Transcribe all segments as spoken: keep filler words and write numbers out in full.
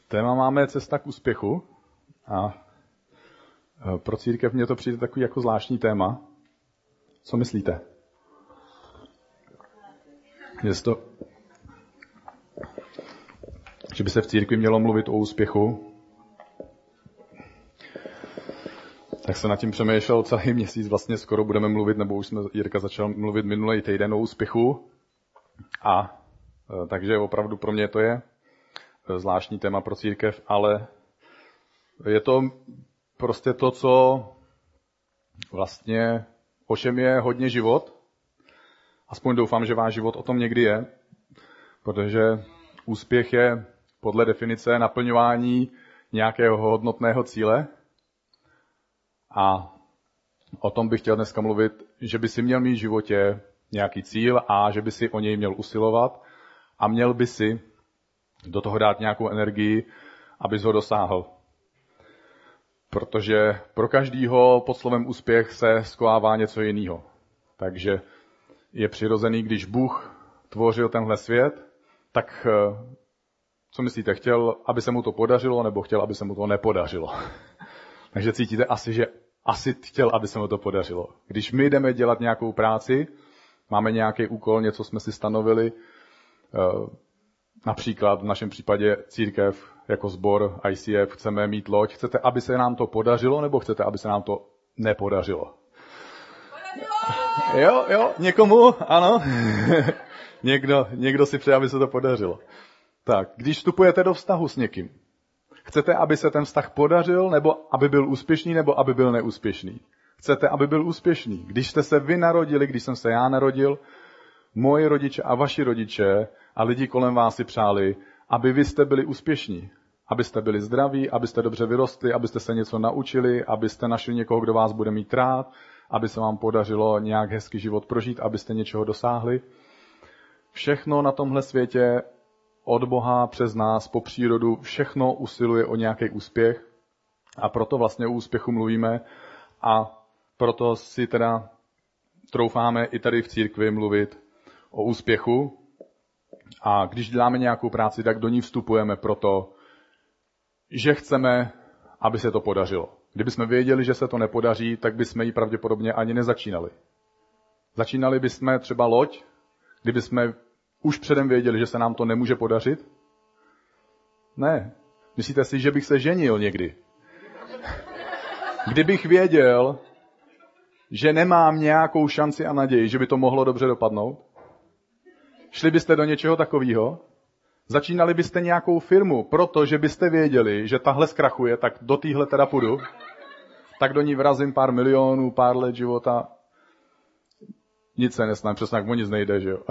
Téma máme cesta k úspěchu a pro církev mně to přijde takový jako zvláštní téma. Co myslíte? Jest to, že by se v církvi mělo mluvit o úspěchu, tak jsem nad tím přemýšlel celý měsíc, vlastně skoro budeme mluvit, nebo už jsme, Jirka začal mluvit minulý týden o úspěchu. A takže opravdu pro mě to je zvláštní téma pro církev, ale je to prostě to, co vlastně, o čem je hodně život. Aspoň doufám, že váš život o tom někdy je, protože úspěch je podle definice naplňování nějakého hodnotného cíle. A o tom bych chtěl dneska mluvit, že by si měl mít v životě nějaký cíl a že by si o něj měl usilovat a měl by si do toho dát nějakou energii, abys ho dosáhl. Protože pro každýho pod slovem úspěch se skovává něco jiného. Takže je přirozený, když Bůh tvořil tenhle svět, tak co myslíte, chtěl, aby se mu to podařilo, nebo chtěl, aby se mu to nepodařilo? Takže cítíte asi, že asi chtěl, aby se mu to podařilo. Když my jdeme dělat nějakou práci, máme nějaký úkol, něco jsme si stanovili, například v našem případě církev jako sbor I C F, chceme mít loď. Chcete, aby se nám to podařilo, nebo chcete, aby se nám to nepodařilo? Podařilo! Jo, jo, někomu, ano. někdo, někdo si přeje, aby se to podařilo. Tak, když vstupujete do vztahu s někým, chcete, aby se ten vztah podařil, nebo aby byl úspěšný, nebo aby byl neúspěšný? Chcete, aby byl úspěšný. Když jste se vy narodili, když jsem se já narodil, moji rodiče a vaši rodiče a lidi kolem vás si přáli, aby vy jste byli úspěšní. Abyste byli zdraví, abyste dobře vyrostli, abyste se něco naučili, abyste našli někoho, kdo vás bude mít rád, aby se vám podařilo nějak hezký život prožít, abyste něčeho dosáhli. Všechno na tomhle světě od Boha přes nás, po přírodu, všechno usiluje o nějaký úspěch a proto vlastně o úspěchu mluvíme a proto si teda troufáme i tady v církvi mluvit o úspěchu a když děláme nějakou práci, tak do ní vstupujeme proto, že chceme, aby se to podařilo. Kdybychom věděli, že se to nepodaří, tak bychom ji pravděpodobně ani nezačínali. Začínali bychom třeba loď, kdybychom už předem věděli, že se nám to nemůže podařit? Ne. Myslíte si, že bych se ženil někdy? Kdybych věděl, že nemám nějakou šanci a naději, že by to mohlo dobře dopadnout? Šli byste do něčeho takového? Začínali byste nějakou firmu, protože byste věděli, že tahle zkrachuje, tak do téhle teda půjdu, tak do ní vrazím pár milionů, pár let života. Nic se nestane, přesně o nic nejde, že jo?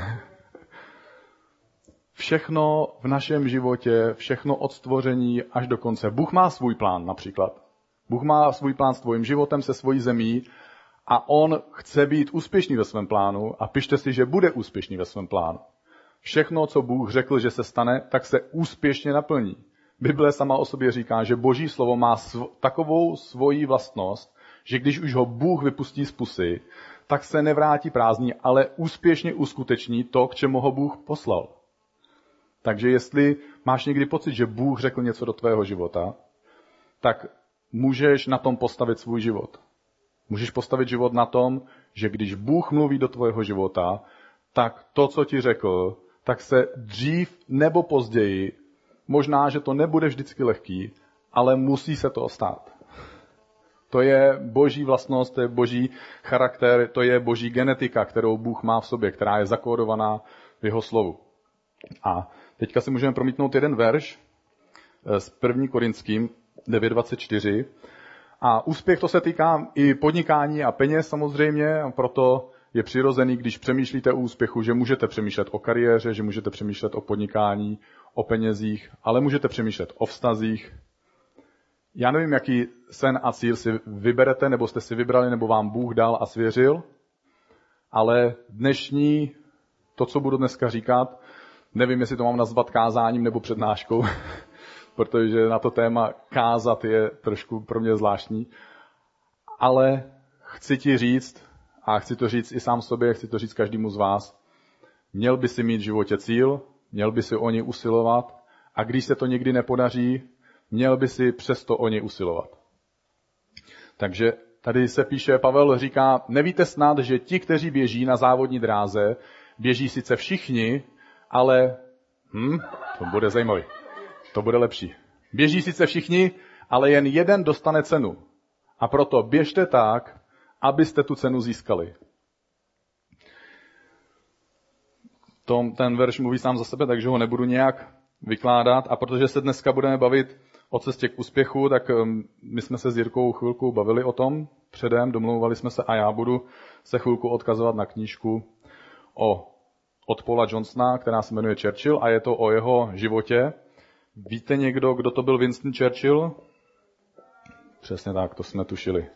Všechno v našem životě, všechno od stvoření až do konce. Bůh má svůj plán například. Bůh má svůj plán s tvojím životem, se svojí zemí a on chce být úspěšný ve svém plánu a pište si, že bude úspěšný ve svém plánu. Všechno, co Bůh řekl, že se stane, tak se úspěšně naplní. Bible sama o sobě říká, že Boží slovo má sv- takovou svoji vlastnost, že když už ho Bůh vypustí z pusy, tak se nevrátí prázdný, ale úspěšně uskuteční to, k čemu ho Bůh poslal. Takže jestli máš někdy pocit, že Bůh řekl něco do tvého života, tak můžeš na tom postavit svůj život. Můžeš postavit život na tom, že když Bůh mluví do tvého života, tak to, co ti řekl, tak se dřív nebo později, možná, že to nebude vždycky lehký, ale musí se to stát. To je Boží vlastnost, to je Boží charakter, to je Boží genetika, kterou Bůh má v sobě, která je zakódovaná v jeho slovu. A teďka si můžeme promítnout jeden verš z první Korinským devět dvacet čtyři. A úspěch to se týká i podnikání a peněz samozřejmě, a proto je přirozený, když přemýšlíte o úspěchu, že můžete přemýšlet o kariéře, že můžete přemýšlet o podnikání, o penězích, ale můžete přemýšlet o vztazích. Já nevím, jaký sen a cíl si vyberete, nebo jste si vybrali, nebo vám Bůh dal a svěřil, ale dnešní, to, co budu dneska říkat, nevím, jestli to mám nazvat kázáním nebo přednáškou, protože na to téma kázat je trošku pro mě zvláštní, ale chci ti říct, a chci to říct i sám sobě, chci to říct každému z vás, měl by si mít v životě cíl, měl by si o něj usilovat a když se to někdy nepodaří, měl by si přesto o ně usilovat. Takže tady se píše, Pavel říká, nevíte snad, že ti, kteří běží na závodní dráze, běží sice všichni, ale, hm, to bude zajímavý, to bude lepší. Běží sice všichni, ale jen jeden dostane cenu. A proto běžte tak, abyste tu cenu získali. Tom, ten verš mluví sám za sebe, takže ho nebudu nějak vykládat. A protože se dneska budeme bavit o cestě k úspěchu, tak my jsme se s Jirkou chvilku bavili o tom předem, domlouvali jsme se a já budu se chvilku odkazovat na knížku o, od Paula Johnsona, která se jmenuje Churchill a je to o jeho životě. Víte někdo, kdo to byl Winston Churchill? Přesně tak, to jsme tušili.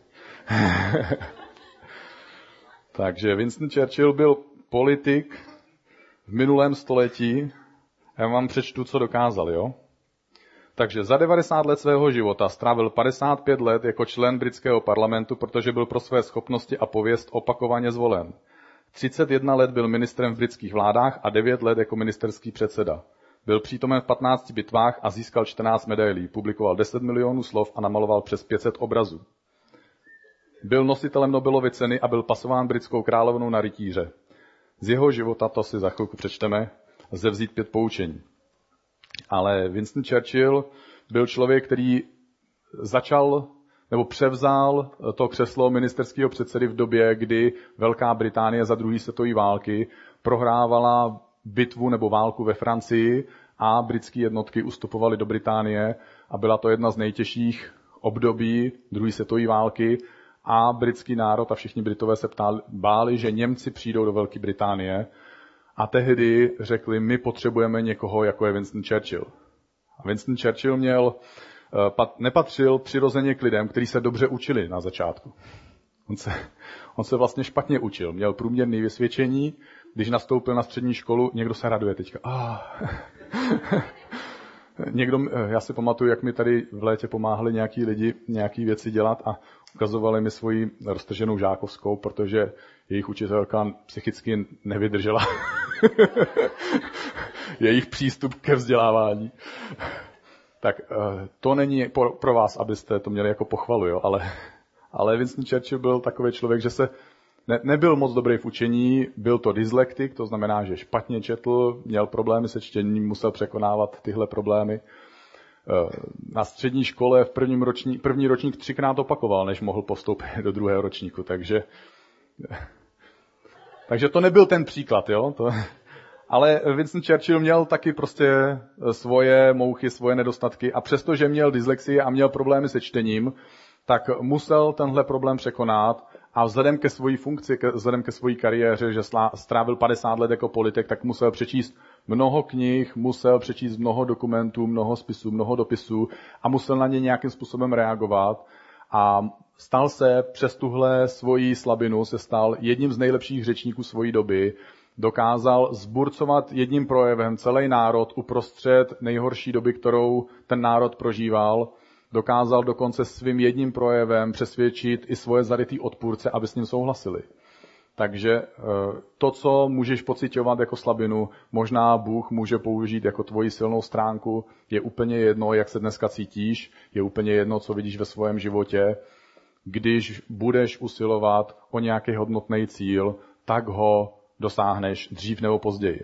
Takže Winston Churchill byl politik v minulém století. Já vám přečtu, co dokázal, jo? Takže za devadesát let svého života strávil padesát pět let jako člen britského parlamentu, protože byl pro své schopnosti a pověst opakovaně zvolen. třicet jedna let byl ministrem v britských vládách a devět let jako ministerský předseda. Byl přítomen v patnácti bitvách a získal čtrnáct medailí, publikoval deset milionů slov a namaloval přes pět set obrazů. Byl nositelem Nobelovy ceny a byl pasován britskou královnou na rytíře. Z jeho života, to si za chvilku přečteme, lze vzít pět poučení. Ale Winston Churchill byl člověk, který začal nebo převzal to křeslo ministerského předsedy v době, kdy Velká Británie za druhé světové války prohrávala bitvu nebo válku ve Francii a britské jednotky ustupovaly do Británie a byla to jedna z nejtěžších období druhé světové války a britský národ a všichni Britové se ptali, báli, že Němci přijdou do Velké Británie a tehdy řekli, my potřebujeme někoho, jako je Winston Churchill. A Winston Churchill měl, nepatřil přirozeně k lidem, kteří se dobře učili na začátku. On se, on se vlastně špatně učil, měl průměrné vysvědčení, když nastoupil na střední školu, někdo se raduje teďka. Ah. Někdo, já si pamatuju, jak mi tady v létě pomáhali nějaký lidi nějaký věci dělat a ukazovali mi svoji roztrženou žákovskou, protože jejich učitelka psychicky nevydržela. Jejich přístup ke vzdělávání. Tak to není pro vás, abyste to měli jako pochvalu, jo? Ale, ale Winston Churchill byl takový člověk, že se ne, nebyl moc dobrý v učení, byl to dyslektik, to znamená, že špatně četl, měl problémy se čtením, musel překonávat tyhle problémy. Na střední škole v prvním roční, první ročník třikrát opakoval, než mohl postoupit do druhého ročníku, takže, takže to nebyl ten příklad, jo? To, ale Winston Churchill měl taky prostě svoje mouchy, svoje nedostatky a přestože měl dyslexii a měl problémy se čtením, tak musel tenhle problém překonat a vzhledem ke své funkci, vzhledem ke své kariéře, že strávil padesát let jako politik, tak musel přečíst mnoho knih, musel přečíst mnoho dokumentů, mnoho spisů, mnoho dopisů a musel na ně nějakým způsobem reagovat. A stal se přes tuhle svoji slabinu, se stal jedním z nejlepších řečníků své doby, dokázal zburcovat jedním projevem celý národ uprostřed nejhorší doby, kterou ten národ prožíval. Dokázal dokonce svým jedním projevem přesvědčit i svoje zarytý odpůrce, aby s ním souhlasili. Takže to, co můžeš pociťovat jako slabinu, možná Bůh může použít jako tvoji silnou stránku. Je úplně jedno, jak se dneska cítíš, je úplně jedno, co vidíš ve svém životě. Když budeš usilovat o nějaký hodnotný cíl, tak ho dosáhneš dřív nebo později.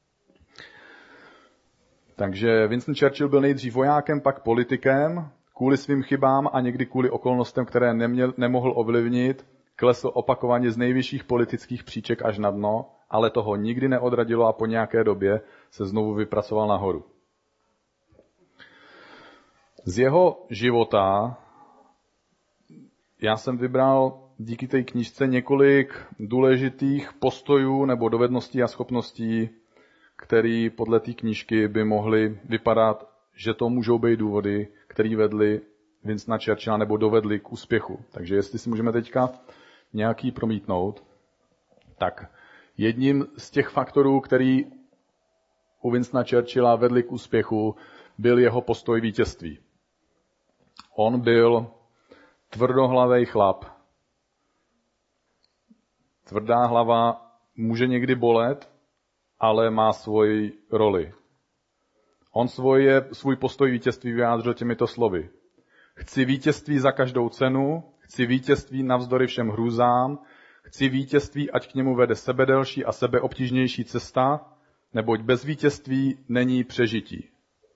Takže Winston Churchill byl nejdřív vojákem, pak politikem. Kvůli svým chybám a někdy kvůli okolnostem, které neměl, nemohl ovlivnit, klesl opakovaně z nejvyšších politických příček až na dno, ale toho nikdy neodradilo a po nějaké době se znovu vypracoval nahoru. Z jeho života já jsem vybral díky té knížce několik důležitých postojů nebo dovedností a schopností, které podle té knížky by mohly vypadat, že to můžou být důvody, které vedly Winstona Churchilla nebo dovedly k úspěchu. Takže jestli si můžeme teďka nějaký promítnout, tak jedním z těch faktorů, který u Winstona Churchilla vedli k úspěchu, byl jeho postoj vítězství. On byl tvrdohlavý chlap. Tvrdá hlava může někdy bolet, ale má svoji roli. On svoje, svůj postoj vítězství vyjádřil těmito slovy. Chci vítězství za každou cenu, chci vítězství navzdory všem hrůzám, chci vítězství, ať k němu vede sebedelší a sebeobtížnější cesta, neboť bez vítězství není přežití.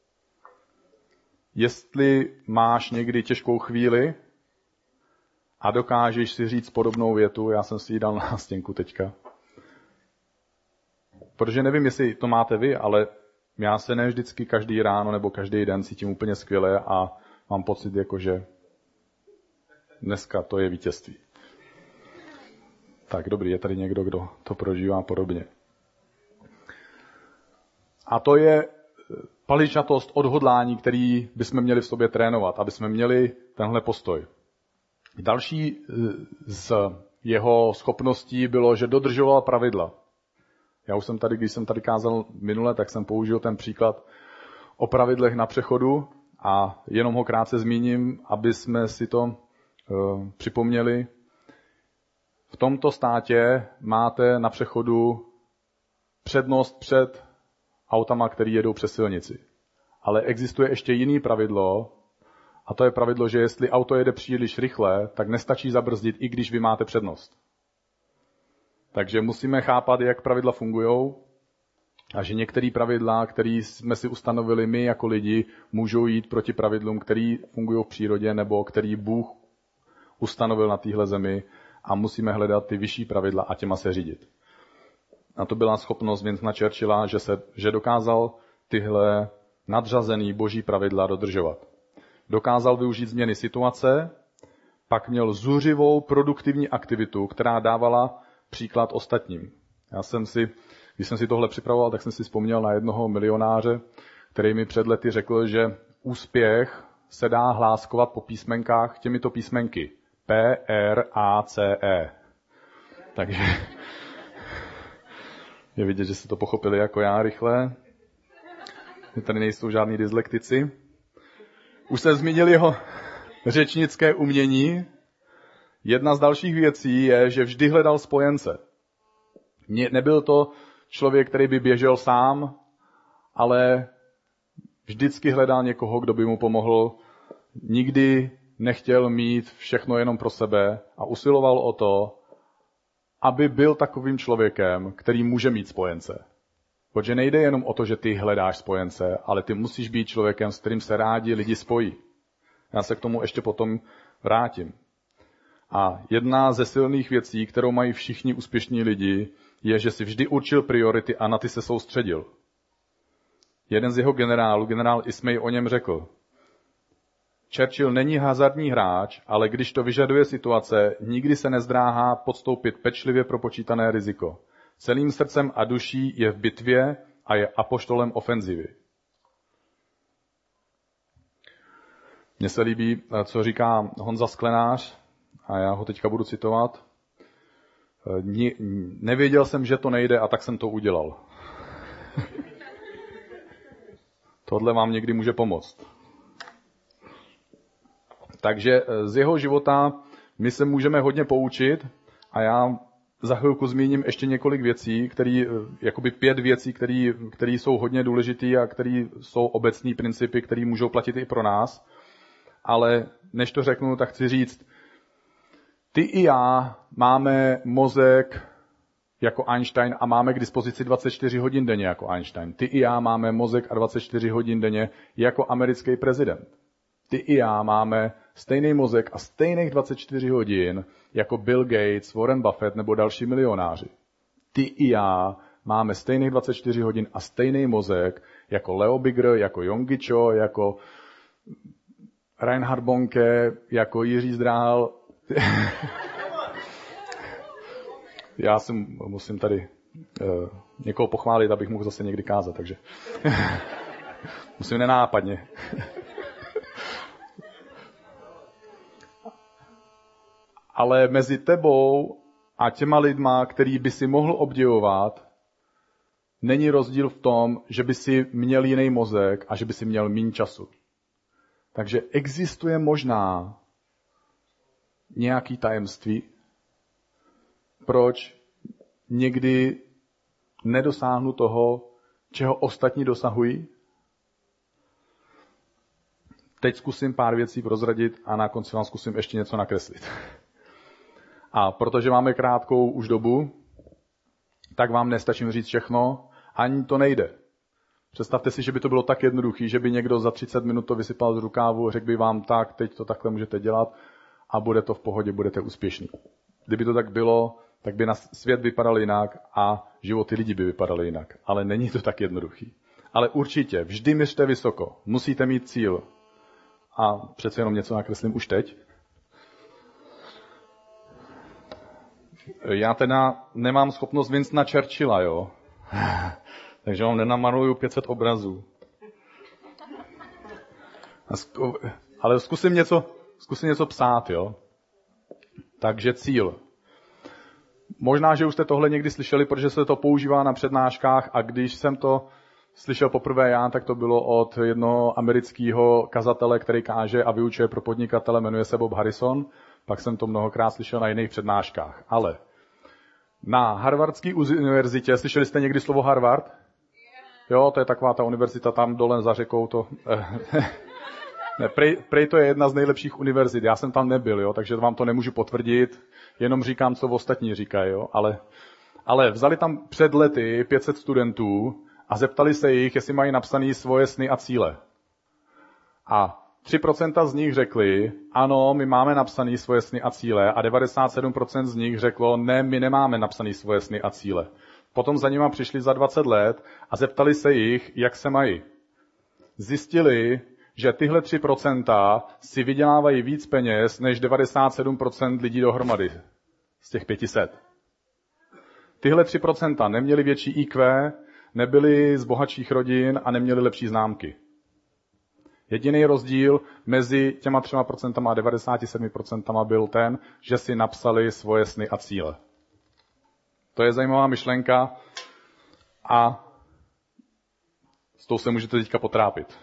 Jestli máš někdy těžkou chvíli a dokážeš si říct podobnou větu, já jsem si ji dal na stěnku teďka. Protože nevím, jestli to máte vy, ale já se ne vždycky každý ráno nebo každý den cítím úplně skvěle a mám pocit, jako že dneska to je vítězství. Tak dobrý, je tady někdo, kdo to prožívá podobně. A to je paličatost, odhodlání, který bychom měli v sobě trénovat, aby jsme měli tenhle postoj. Další z jeho schopností bylo, že dodržoval pravidla. Já už jsem tady, když jsem tady kázal minule, tak jsem použil ten příklad o pravidlech na přechodu a jenom ho krátce zmíním, aby jsme si to uh, připomněli. V tomto státě máte na přechodu přednost před autama, které jedou přes silnici. Ale existuje ještě jiný pravidlo, a to je pravidlo, že jestli auto jede příliš rychle, tak nestačí zabrzdit, i když vy máte přednost. Takže musíme chápat, jak pravidla fungují a že některé pravidla, které jsme si ustanovili my jako lidi, můžou jít proti pravidlům, které fungují v přírodě nebo který Bůh ustanovil na téhle zemi a musíme hledat ty vyšší pravidla a těma se řídit. A to byla schopnost Winsona Churchilla, že, se, že dokázal tyhle nadřazený boží pravidla dodržovat. Dokázal využít změny situace, pak měl zuřivou produktivní aktivitu, která dávala příklad ostatním. Já jsem si, když jsem si tohle připravoval, tak jsem si vzpomněl na jednoho milionáře, který mi před lety řekl, že úspěch se dá hláskovat po písmenkách těmito písmenky. P, R, A, C, E. Takže je vidět, že jste to pochopili jako já rychle. Tady nejsou žádní dyslektici. Už jsem zmínil jeho řečnické umění. Jedna z dalších věcí je, že vždy hledal spojence. Nebyl to člověk, který by běžel sám, ale vždycky hledal někoho, kdo by mu pomohl. Nikdy nechtěl mít všechno jenom pro sebe a usiloval o to, aby byl takovým člověkem, který může mít spojence. Protože nejde jenom o to, že ty hledáš spojence, ale ty musíš být člověkem, s kterým se rádi lidi spojí. Já se k tomu ještě potom vrátím. A jedna ze silných věcí, kterou mají všichni úspěšní lidi, je, že si vždy určil priority a na ty se soustředil. Jeden z jeho generálů, generál Ismay, o něm řekl: Churchill není hazardní hráč, ale když to vyžaduje situace, nikdy se nezdráhá podstoupit pečlivě propočítané riziko. Celým srdcem a duší je v bitvě a je apoštolem ofenzivy. Mně se líbí, co říká Honza Sklenář, a já ho teďka budu citovat. Nevěděl jsem, že to nejde, a tak jsem to udělal. Tohle vám někdy může pomoct. Takže z jeho života my se můžeme hodně poučit a já za chvilku zmíním ještě několik věcí, který, jakoby pět věcí, které jsou hodně důležité a které jsou obecní principy, které můžou platit i pro nás. Ale než to řeknu, tak chci říct, ty i já máme mozek jako Einstein a máme k dispozici dvacet čtyři hodin denně jako Einstein. Ty i já máme mozek a dvacet čtyři hodin denně jako americký prezident. Ty i já máme stejný mozek a stejných dvacet čtyři hodin jako Bill Gates, Warren Buffett nebo další milionáři. Ty i já máme stejných dvacet čtyři hodin a stejný mozek jako Leo Bigger, jako Yonggi Cho, jako Reinhard Bonke, jako Jiří Zdráhal. Já si musím tady uh, někoho pochválit, abych mohl zase někdy kázat, takže musím nenápadně. Ale mezi tebou a těma lidma, který by si mohl obdivovat, není rozdíl v tom, že by si měl jiný mozek a že by si měl méně času. Takže existuje možná nějaký tajemství, proč někdy nedosáhnu toho, čeho ostatní dosahují. teď zkusím pár věcí prozradit a na konci vám zkusím ještě něco nakreslit. A protože máme krátkou už dobu, tak vám nestačím říct všechno, ani to nejde. Představte si, že by to bylo tak jednoduché, že by někdo za třicet minut to vysypal z rukávu, řekl by vám tak, teď to takhle můžete dělat a bude to v pohodě, budete úspěšní. Kdyby to tak bylo, tak by na svět vypadal jinak a životy lidí by vypadaly jinak. Ale není to tak jednoduchý. Ale určitě, vždy měřte vysoko. Musíte mít cíl. A přece jenom něco nakreslím už teď. Já teda nemám schopnost Winstona Churchilla, jo. Takže vám nenamaluju pět set obrazů. Ale zkusím něco, zkusím něco psát, jo. Takže cíl. Možná, že už jste tohle někdy slyšeli, protože se to používá na přednáškách a když jsem to slyšel poprvé já, tak to bylo od jednoho amerického kazatele, který káže a vyučuje pro podnikatele, jmenuje se Bob Harrison. Pak jsem to mnohokrát slyšel na jiných přednáškách. Ale na Harvardské univerzitě, slyšeli jste někdy slovo Harvard? Jo, to je taková ta univerzita tam dole za řekou. To, ne, prej, prej to je jedna z nejlepších univerzit. Já jsem tam nebyl, jo, takže vám to nemůžu potvrdit. Jenom říkám, co ostatní říkají. Jo, ale, ale vzali tam před lety pět set studentů a zeptali se jich, jestli mají napsané svoje sny a cíle. A tři procenta z nich řekli, ano, my máme napsané svoje sny a cíle a devadesát sedm procent z nich řeklo, ne, my nemáme napsané svoje sny a cíle. Potom za nima přišli za dvacet let a zeptali se jich, jak se mají. Zjistili, že tyhle tři procenta si vydělávají víc peněz než devadesát sedm procent lidí dohromady z těch pět set. Tyhle tři procenta neměli větší í kvé, nebyli z bohatších rodin a neměli lepší známky. Jediný rozdíl mezi těma třema procentama a devadesáti sedmi procentama byl ten, že si napsali svoje sny a cíle. To je zajímavá myšlenka a s tou se můžete teďka potrápit.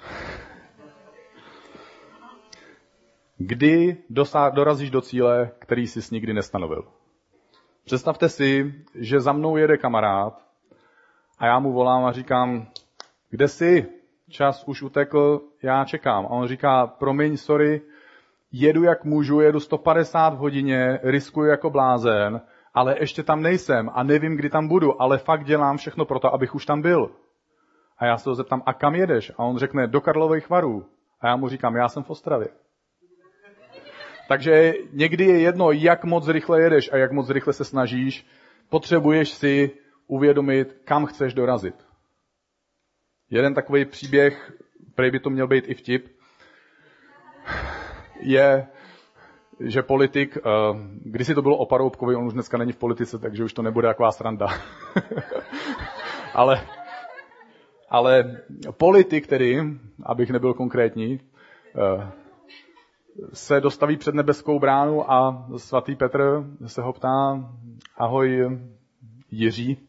Kdy dosá, dorazíš do cíle, který jsi nikdy nestanovil? Představte si, že za mnou jede kamarád a já mu volám a říkám, kde jsi? Čas už utekl, já čekám. A on říká, promiň, sorry, jedu jak můžu, jedu sto padesát v hodině, riskuji jako blázen, ale ještě tam nejsem a nevím, kdy tam budu, ale fakt dělám všechno pro to, abych už tam byl. A já se ho zeptám, a kam jedeš? A on řekne, do Karlových Varů. A já mu říkám, já jsem v Ostravě. Takže někdy je jedno, jak moc rychle jedeš a jak moc rychle se snažíš, potřebuješ si uvědomit, kam chceš dorazit. Jeden takový příběh, prej by to měl být i vtip, je, že politik, kdysi to bylo o Paroubkovi, on už dneska není v politice, takže už to nebude taková sranda. ale, ale politik tedy, abych nebyl konkrétní, se dostaví před nebeskou bránu a svatý Petr se ho ptá, ahoj Jiří.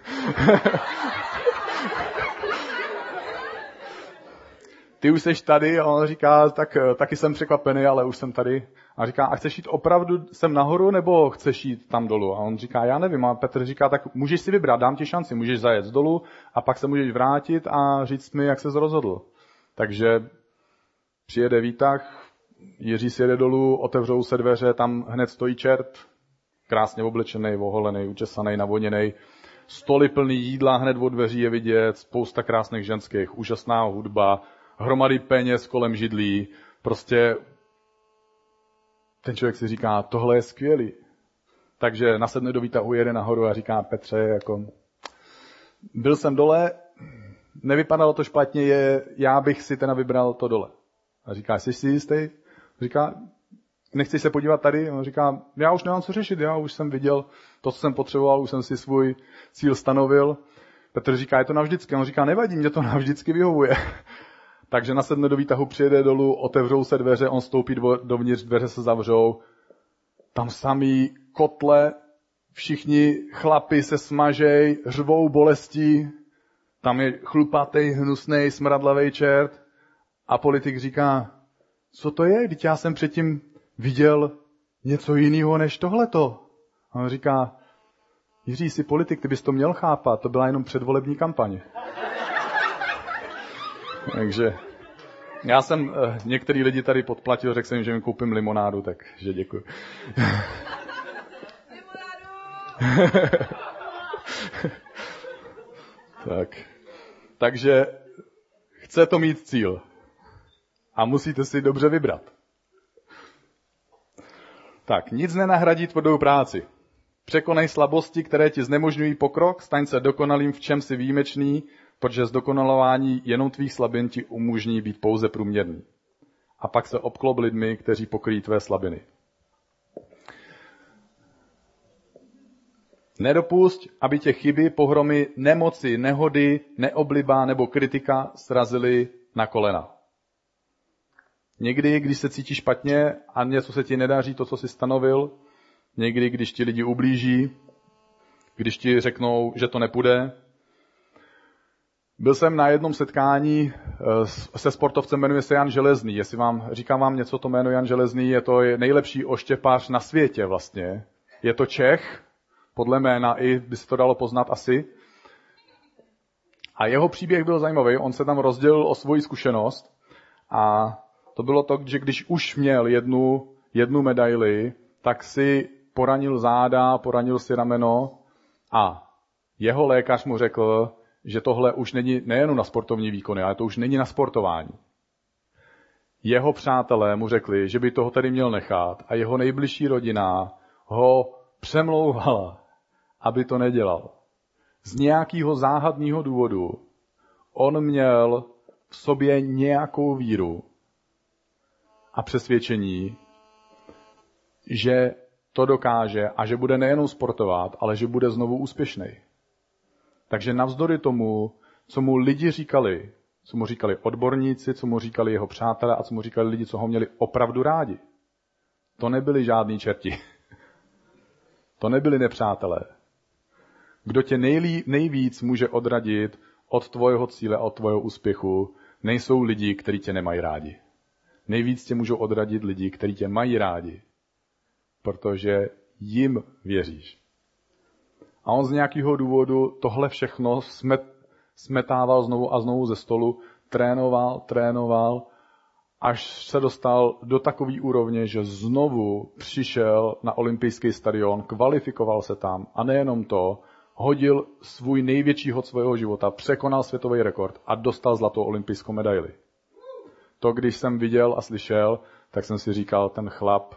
Ty už jsi tady a on říká, tak taky jsem překvapený, ale už jsem tady. A říká, a chceš jít opravdu sem nahoru, nebo chceš jít tam dolů? A on říká, já nevím. A Petr říká, tak můžeš si vybrat, dám ti šanci, můžeš zajet dolů a pak se můžeš vrátit a říct mi, jak ses rozhodl. Takže přijede výtah, Jiří si jede dolů, otevřou se dveře, tam hned stojí čert, krásně oblečený, oholený, učesaný, navoněný. Stoly plný jídla, hned od dveří je vidět, spousta krásných ženských, úžasná hudba, hromady peněz kolem židlí. Prostě ten člověk si říká, tohle je skvělý. Takže nasedne do výtahu, jede nahoru a říká, Petře, jako, byl jsem dole, nevypadalo to špatně, je, já bych si teda vybral to dole. A říká, jsi si jistý? Říká, nechci se podívat tady? On říká, já už nemám co řešit, já už jsem viděl to, co jsem potřeboval, už jsem si svůj cíl stanovil. Petr říká, je to navždycky. On říká, nevadí, mě to navždycky vyhovuje. Takže nasedne do výtahu, přijede dolů, otevřou se dveře, on stoupí dovnitř, dveře se zavřou. Tam samý kotle, všichni chlapi se smažej, řvou bolestí. Tam je chlupatej, hnusnej, smradlavej čert. A politik říká, co to je? Vždyť já jsem předtím viděl něco jiného než tohleto. A on říká, Jiří, jsi politik, ty bys to měl chápat, to byla jenom předvolební kampaň. Takže Já jsem eh, některý lidi tady podplatil, řekl jsem jim, že mi koupím limonádu, takže děkuji. tak. Takže chce to mít cíl. A musíte si dobře vybrat. Tak, nic nenahradí tvrdou práci. Překonej slabosti, které ti znemožňují pokrok, staň se dokonalým v čem si výjimečný, protože zdokonalování jenom tvých slabin ti umožní být pouze průměrný. A pak se obklop lidmi, kteří pokryjí tvé slabiny. Nedopusť, aby tě chyby, pohromy, nemoci, nehody, neobliba nebo kritika srazily na kolena. Někdy, když se cítíš špatně a něco se ti nedaří, to, co jsi stanovil, někdy, když ti lidi ublíží, když ti řeknou, že to nepůjde. Byl jsem na jednom setkání se sportovcem, jmenuje se Jan Železný. Jestli vám, říkám vám něco, to jméno Jan Železný, je to nejlepší oštěpář na světě vlastně. Je to Čech, podle jména i by se to dalo poznat asi. A jeho příběh byl zajímavý, on se tam rozdělil o svoji zkušenost a to bylo to, že když už měl jednu, jednu medaili, tak si poranil záda, poranil si rameno a jeho lékař mu řekl, že tohle už není nejen na sportovní výkony, ale to už není na sportování. Jeho přátelé mu řekli, že by toho tady měl nechat a jeho nejbližší rodina ho přemlouvala, aby to nedělal. Z nějakého záhadného důvodu on měl v sobě nějakou víru a přesvědčení, že to dokáže a že bude nejenom sportovat, ale že bude znovu úspěšný. Takže navzdory tomu, co mu lidi říkali, co mu říkali odborníci, co mu říkali jeho přátelé a co mu říkali lidi, co ho měli opravdu rádi, to nebyli žádní čerti. To nebyli nepřátelé. Kdo tě nejlí, nejvíc může odradit od tvojho cíle a od tvojho úspěchu, nejsou lidi, kteří tě nemají rádi. Nejvíc tě můžou odradit lidi, kteří tě mají rádi, protože jim věříš. A on z nějakého důvodu tohle všechno smet, smetával znovu a znovu ze stolu, trénoval, trénoval, až se dostal do takové úrovně, že znovu přišel na olympijský stadion, kvalifikoval se tam a nejenom to, hodil svůj největší hod svého života, překonal světový rekord a dostal zlatou olympijskou medaili. To, když jsem viděl a slyšel, tak jsem si říkal, ten chlap,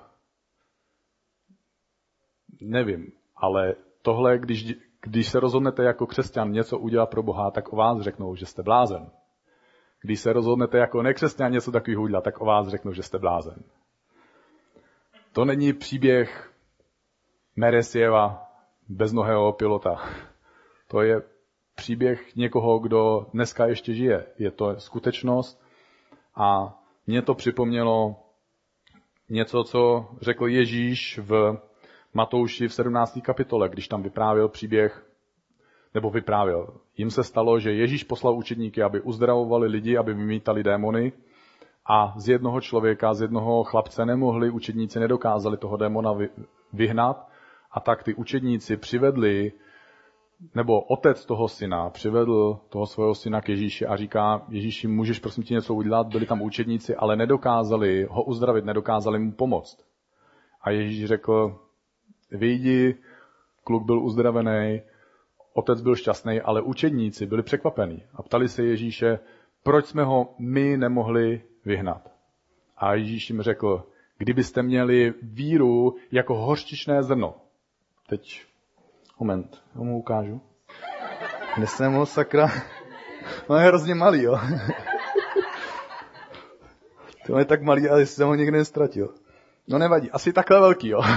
nevím, ale tohle, když, když se rozhodnete jako křesťan něco udělat pro Boha, tak o vás řeknou, že jste blázen. Když se rozhodnete jako nekřesťan něco takového udělat, tak o vás řeknou, že jste blázen. To není příběh Meresjeva, beznohého pilota. To je příběh někoho, kdo dneska ještě žije. Je to skutečnost a mě to připomnělo něco, co řekl Ježíš v Matouši v sedmnácté kapitole, když tam vyprávěl příběh, nebo vyprávěl. Jim se stalo, že Ježíš poslal učedníky, aby uzdravovali lidi, aby vymítali démony a z jednoho člověka, z jednoho chlapce nemohli, učedníci nedokázali toho démona vyhnat a tak ty učedníci přivedli, nebo otec toho syna přivedl toho svého syna k Ježíši a říká, Ježíši, můžeš prosím tě něco udělat? Byli tam učedníci, ale nedokázali ho uzdravit, nedokázali mu pomoct. A Ježíš řekl, vyjdi, kluk byl uzdravený, otec byl šťastný, ale učedníci byli překvapení a ptali se Ježíše, proč jsme ho my nemohli vyhnat. A Ježíš jim řekl, kdybyste měli víru jako hořčičné zrno. Teď, moment, já mu ukážu. Kde jsem ho, sakra? On je hrozně malý, jo. To je tak malý, ale jsem ho někde nestratil. No nevadí, asi takhle velký, jo.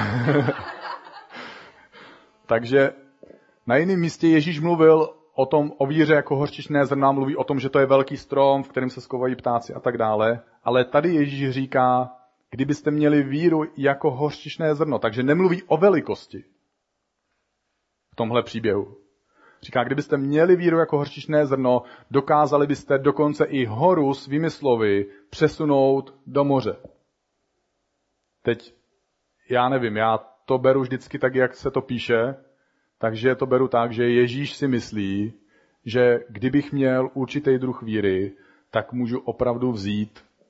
Takže na jiném místě Ježíš mluvil o tom, o víře jako hořčičné zrna, mluví o tom, že to je velký strom, v kterém se skovají ptáci a tak dále. Ale tady Ježíš říká, kdybyste měli víru jako hořčičné zrno, takže nemluví o velikosti v tomhle příběhu. Říká, kdybyste měli víru jako hořčičné zrno, dokázali byste dokonce i horu svými slovy přesunout do moře. Teď, já nevím, já to beru vždycky tak, jak se to píše, takže to beru tak, že Ježíš si myslí, že kdybych měl určitý druh víry, tak můžu opravdu vzít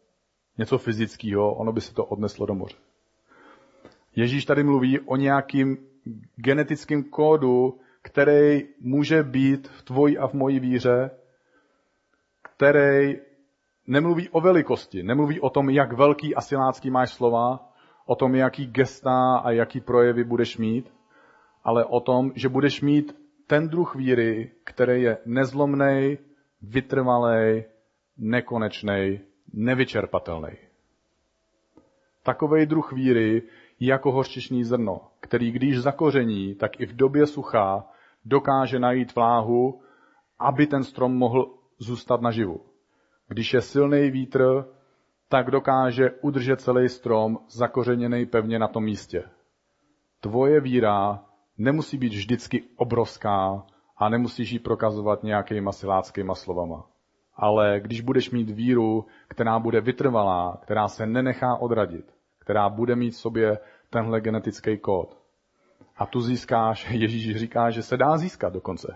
něco fyzického, ono by se to odneslo do moře. Ježíš tady mluví o nějakým genetickém kódu, který může být v tvojí a v mojí víře, který nemluví o velikosti, nemluví o tom, jak velký a silácký máš slova, o tom, jaký gesta a jaký projevy budeš mít, ale o tom, že budeš mít ten druh víry, který je nezlomnej, vytrvalej, nekonečnej, nevyčerpatelný. Takovej druh víry je jako hořčišný zrno, který když zakoření, tak i v době sucha dokáže najít vláhu, aby ten strom mohl zůstat naživu. Když je silný vítr, tak dokáže udržet celý strom zakořeněný pevně na tom místě. Tvoje víra nemusí být vždycky obrovská a nemusíš ji prokazovat nějakýma siláckýma slovama. Ale když budeš mít víru, která bude vytrvalá, která se nenechá odradit, která bude mít v sobě tenhle genetický kód, a tu získáš, Ježíš říká, že se dá získat dokonce.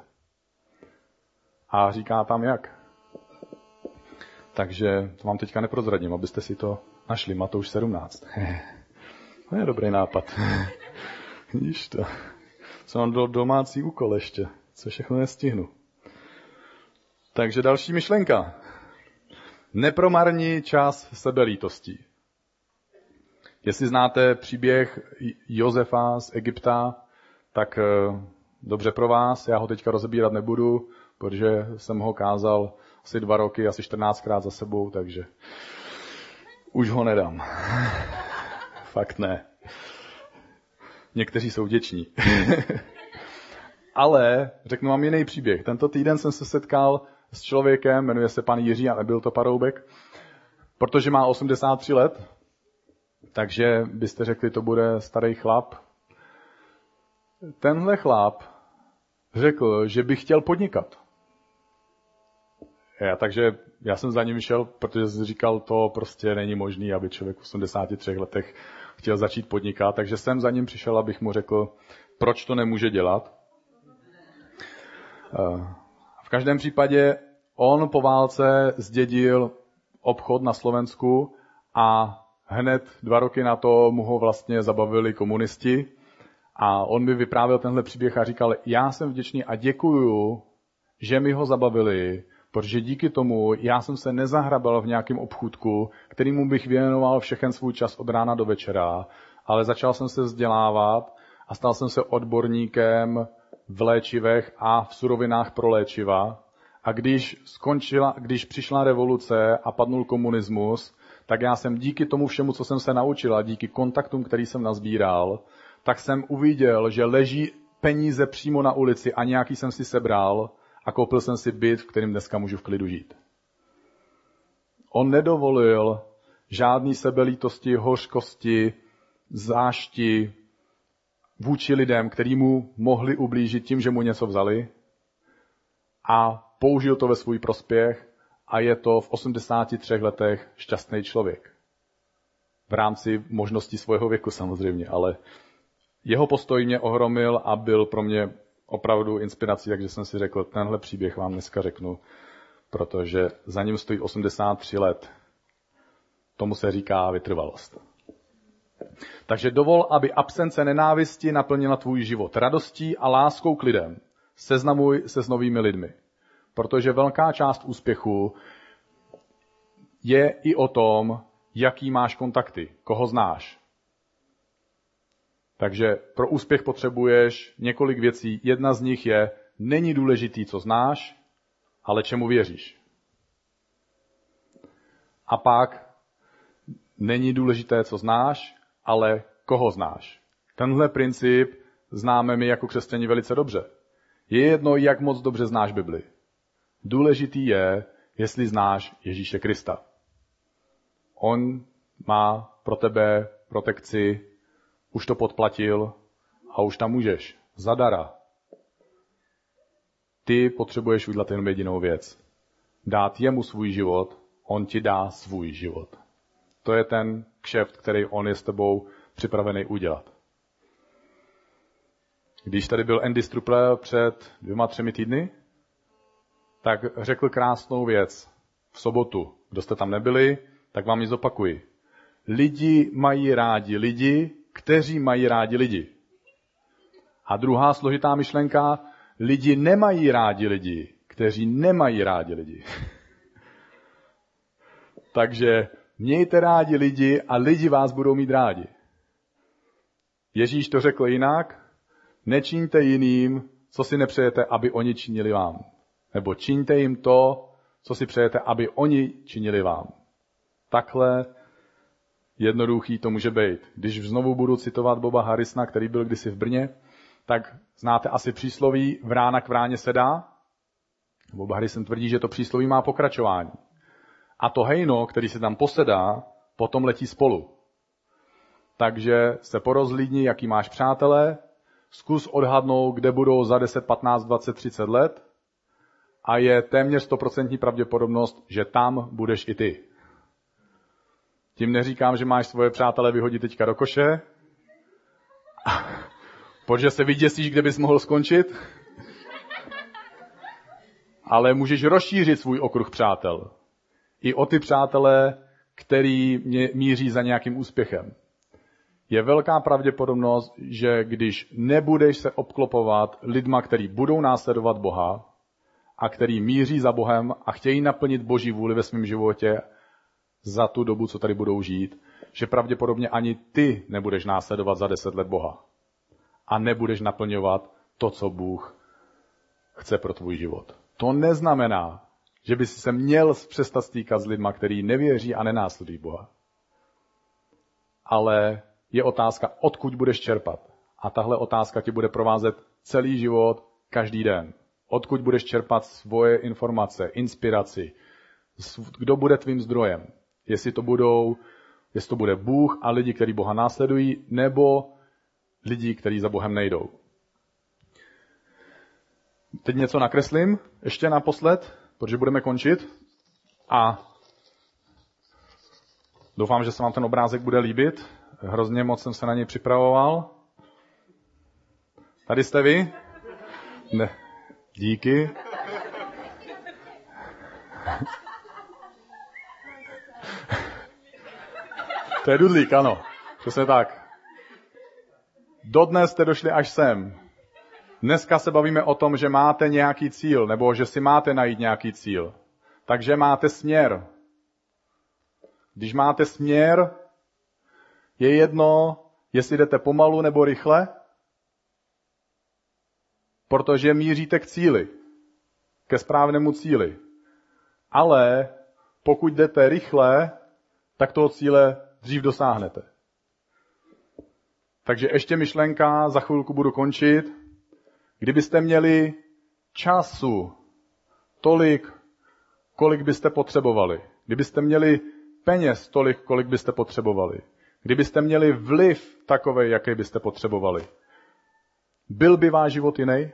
A říká tam jak. Takže to vám teďka neprozradím, abyste si to našli. Matouš sedmnáct. To je dobrý nápad. Vidíš to. Co mám do domácí úkol ještě. Co všechno nestihnu. Takže další myšlenka. Nepromarni čas sebelítostí. Jestli znáte příběh Josefa z Egypta, tak dobře pro vás. Já ho teďka rozebírat nebudu, protože jsem ho kázal asi dva roky, asi čtrnáctkrát za sebou, takže už ho nedám. Fakt ne. Někteří jsou vděční. Ale řeknu vám jiný příběh. Tento týden jsem se setkal s člověkem, jmenuje se pan Jiří a nebyl to Paroubek, protože má osmdesát tři let, takže byste řekli, to bude starý chlap. Tenhle chlap řekl, že by chtěl podnikat. Já, takže já jsem za ním šel, protože jsem říkal, to prostě není možný, aby člověk v osmdesáti třech letech chtěl začít podnikat, takže jsem za ním přišel, abych mu řekl, proč to nemůže dělat. V každém případě on po válce zdědil obchod na Slovensku a hned dva roky na to mu ho vlastně zabavili komunisti a on mi vyprávěl tenhle příběh a říkal, já jsem vděčný a děkuju, že mi ho zabavili, protože díky tomu já jsem se nezahrabal v nějakém obchůdku, kterýmu bych věnoval všechen svůj čas od rána do večera, ale začal jsem se vzdělávat a stal jsem se odborníkem v léčivech a v surovinách pro léčiva. A když skončila, když přišla revoluce a padnul komunismus, tak já jsem díky tomu všemu, co jsem se naučil a díky kontaktům, který jsem nazbíral, tak jsem uviděl, že leží peníze přímo na ulici a nějaký jsem si sebral a koupil jsem si byt, v kterém dneska můžu v klidu žít. On nedovolil žádný sebelítosti, hořkosti, zášti vůči lidem, který mu mohli ublížit tím, že mu něco vzali a použil to ve svůj prospěch a je to v osmdesáti třech letech šťastný člověk. V rámci možností svého věku samozřejmě, ale jeho postoj mě ohromil a byl pro mě opravdu inspirací, takže jsem si řekl, tenhle příběh vám dneska řeknu, protože za ním stojí osmdesát tři let. Tomu se říká vytrvalost. Takže dovol, aby absence nenávisti naplnila tvůj život radostí a láskou k lidem. Seznamuj se s novými lidmi. Protože velká část úspěchu je i o tom, jaký máš kontakty, koho znáš. Takže pro úspěch potřebuješ několik věcí. Jedna z nich je, není důležitý, co znáš, ale čemu věříš. A pak není důležité, co znáš, ale koho znáš. Tenhle princip známe my jako křesťané velice dobře. Je jedno, jak moc dobře znáš Bibli. Důležitý je, jestli znáš Ježíše Krista. On má pro tebe protekci, už to podplatil a už tam můžeš. Zadara. Ty potřebuješ udělat jenom jedinou věc. Dát jemu svůj život, on ti dá svůj život. To je ten kšeft, který on je s tebou připravený udělat. Když tady byl Andy Strupler před dvěma, třemi týdny, tak řekl krásnou věc v sobotu. Kdo jste tam nebyli, tak vám ji zopakuji. Lidi mají rádi lidi, kteří mají rádi lidi. A druhá složitá myšlenka, lidi nemají rádi lidi, kteří nemají rádi lidi. Takže mějte rádi lidi a lidi vás budou mít rádi. Ježíš to řekl jinak, nečiňte jiným, co si nepřejete, aby oni činili vám. Nebo čiňte jim to, co si přejete, aby oni činili vám. Takhle jednoduchý to může být. Když znovu budu citovat Boba Harrisona, který byl kdysi v Brně, tak znáte asi přísloví vrána k vráně sedá. Bob Harrison tvrdí, že to přísloví má pokračování. A to hejno, který se tam posedá, potom letí spolu. Takže se porozhlídni, jaký máš přátelé, zkus odhadnout, kde budou za deset, patnáct, dvacet, třicet let a je téměř stoprocentní pravděpodobnost, že tam budeš i ty. Tím neříkám, že máš svoje přátelé vyhodit teďka do koše, protože se vyděsíš, kde bys mohl skončit, ale můžeš rozšířit svůj okruh přátel. I o ty přátelé, který míří za nějakým úspěchem. Je velká pravděpodobnost, že když nebudeš se obklopovat lidma, který budou následovat Boha a který míří za Bohem a chtějí naplnit Boží vůli ve svém životě za tu dobu, co tady budou žít, že pravděpodobně ani ty nebudeš následovat za deset let Boha a nebudeš naplňovat to, co Bůh chce pro tvůj život. To neznamená, že bys se měl přestat stýkat s lidma, který nevěří a nenásledují Boha. Ale je otázka, odkud budeš čerpat. A tahle otázka ti bude provázet celý život, každý den. Odkud budeš čerpat svoje informace, inspiraci. Kdo bude tvým zdrojem. Jestli to, budou, jestli to bude Bůh a lidi, kteří Boha následují, nebo lidi, kteří za Bohem nejdou. Teď něco nakreslím, ještě naposled, protože budeme končit. A doufám, že se vám ten obrázek bude líbit. Hrozně moc jsem se na něj připravoval. Tady jste vy? Ne. Díky. To je Dudlík, ano. Přesně tak. Dodnes jste došli až sem. Dneska se bavíme o tom, že máte nějaký cíl, nebo že si máte najít nějaký cíl. Takže máte směr. Když máte směr, je jedno, jestli jdete pomalu nebo rychle, protože míříte k cíli, ke správnému cíli. Ale pokud jdete rychle, tak toho cíle dřív dosáhnete. Takže ještě myšlenka, za chvilku budu končit. Kdybyste měli času tolik, kolik byste potřebovali, kdybyste měli peněz tolik, kolik byste potřebovali, kdybyste měli vliv takovej, jaký byste potřebovali, byl by váš život jiný?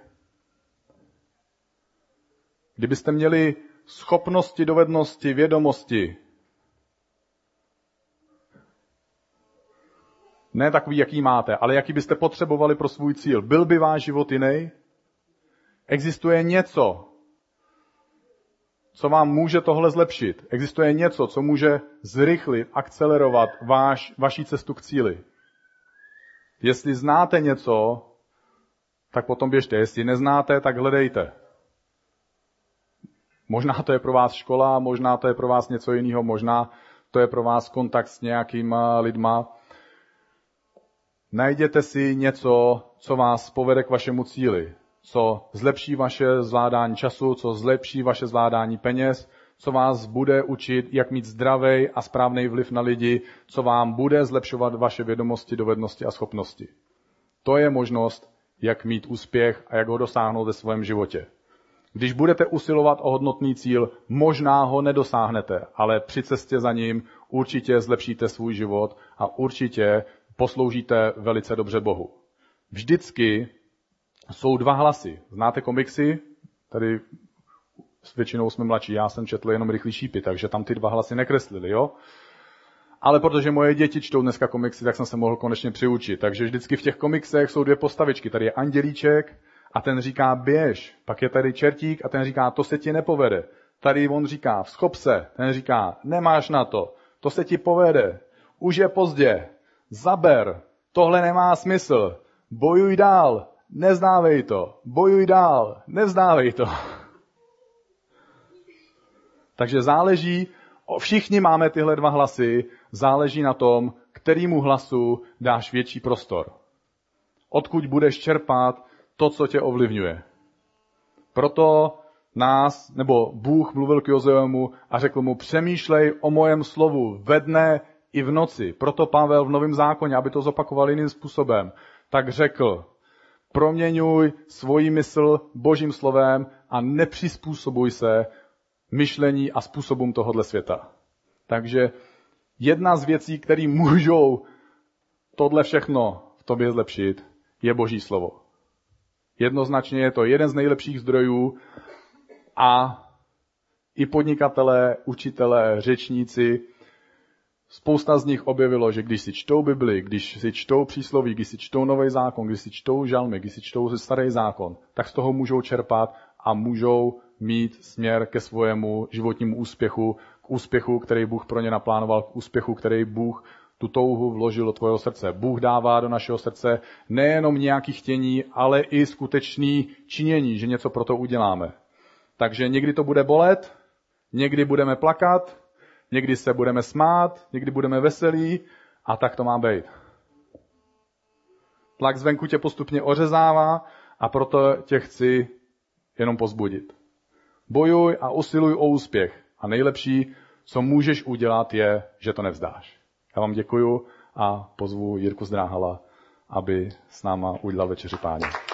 Kdybyste měli schopnosti, dovednosti, vědomosti, ne takový, jaký máte, ale jaký byste potřebovali pro svůj cíl, byl by váš život jiný? Existuje něco, co vám může tohle zlepšit. Existuje něco, co může zrychlit, akcelerovat váš, vaši cestu k cíli. Jestli znáte něco, tak potom běžte. Jestli neznáte, tak hledejte. Možná to je pro vás škola, možná to je pro vás něco jiného, možná to je pro vás kontakt s nějakýma lidma. Najděte si něco, co vás povede k vašemu cíli, co zlepší vaše zvládání času, co zlepší vaše zvládání peněz, co vás bude učit, jak mít zdravý a správný vliv na lidi, co vám bude zlepšovat vaše vědomosti, dovednosti a schopnosti. To je možnost, jak mít úspěch a jak ho dosáhnout ve svém životě. Když budete usilovat o hodnotný cíl, možná ho nedosáhnete, ale při cestě za ním určitě zlepšíte svůj život a určitě posloužíte velice dobře Bohu. Vždycky jsou dva hlasy. Znáte komiksy? Tady s většinou jsme mladší, já jsem četl jenom Rychlý šípy, takže tam ty dva hlasy nekreslili, jo? Ale protože moje děti čtou dneska komiksy, tak jsem se mohl konečně přiučit. Takže vždycky v těch komiksech jsou dvě postavičky. Tady je andělíček a ten říká běž. Pak je tady čertík a ten říká to se ti nepovede. Tady on říká vzchop se, ten říká nemáš na to. to se ti povede. Už je pozdě. Zaber. Tohle nemá smysl. Bojuj dál. Nezdávej to. Bojuj dál. Nevzdávej to. Takže záleží, všichni máme tyhle dva hlasy, záleží na tom, kterému hlasu dáš větší prostor. Odkud budeš čerpat to, co tě ovlivňuje. Proto nás, nebo Bůh mluvil k Jozeemu a řekl mu, přemýšlej o mojem slovu ve dne i v noci. Proto Pavel v Novém zákoně, aby to zopakoval jiným způsobem, tak řekl, proměňuj svoji mysl Božím slovem a nepřizpůsobuj se myšlení a způsobům tohohle světa. Takže jedna z věcí, které můžou tohle všechno v tobě zlepšit, je Boží slovo. Jednoznačně je to jeden z nejlepších zdrojů a i podnikatelé, učitelé, řečníci, spousta z nich objevilo, že když si čtou Bibli, když si čtou přísloví, když si čtou Nový zákon, když si čtou žalmy, když si čtou Starý zákon, tak z toho můžou čerpat a můžou mít směr ke svému životnímu úspěchu, k úspěchu, který Bůh pro ně naplánoval, k úspěchu, který Bůh tu touhu vložil do tvého srdce. Bůh dává do našeho srdce nejenom nějaké chtění, ale i skutečné činění, že něco pro to uděláme. Takže někdy to bude bolet, někdy budeme plakat, někdy se budeme smát, někdy budeme veselí a tak to má být. Tlak zvenku tě postupně ořezává a proto tě chci jenom povzbudit. Bojuj a usiluj o úspěch. A nejlepší, co můžeš udělat, je, že to nevzdáš. Já vám děkuju a pozvu Jirku Zdráhala, aby s náma udělal večeři Páně.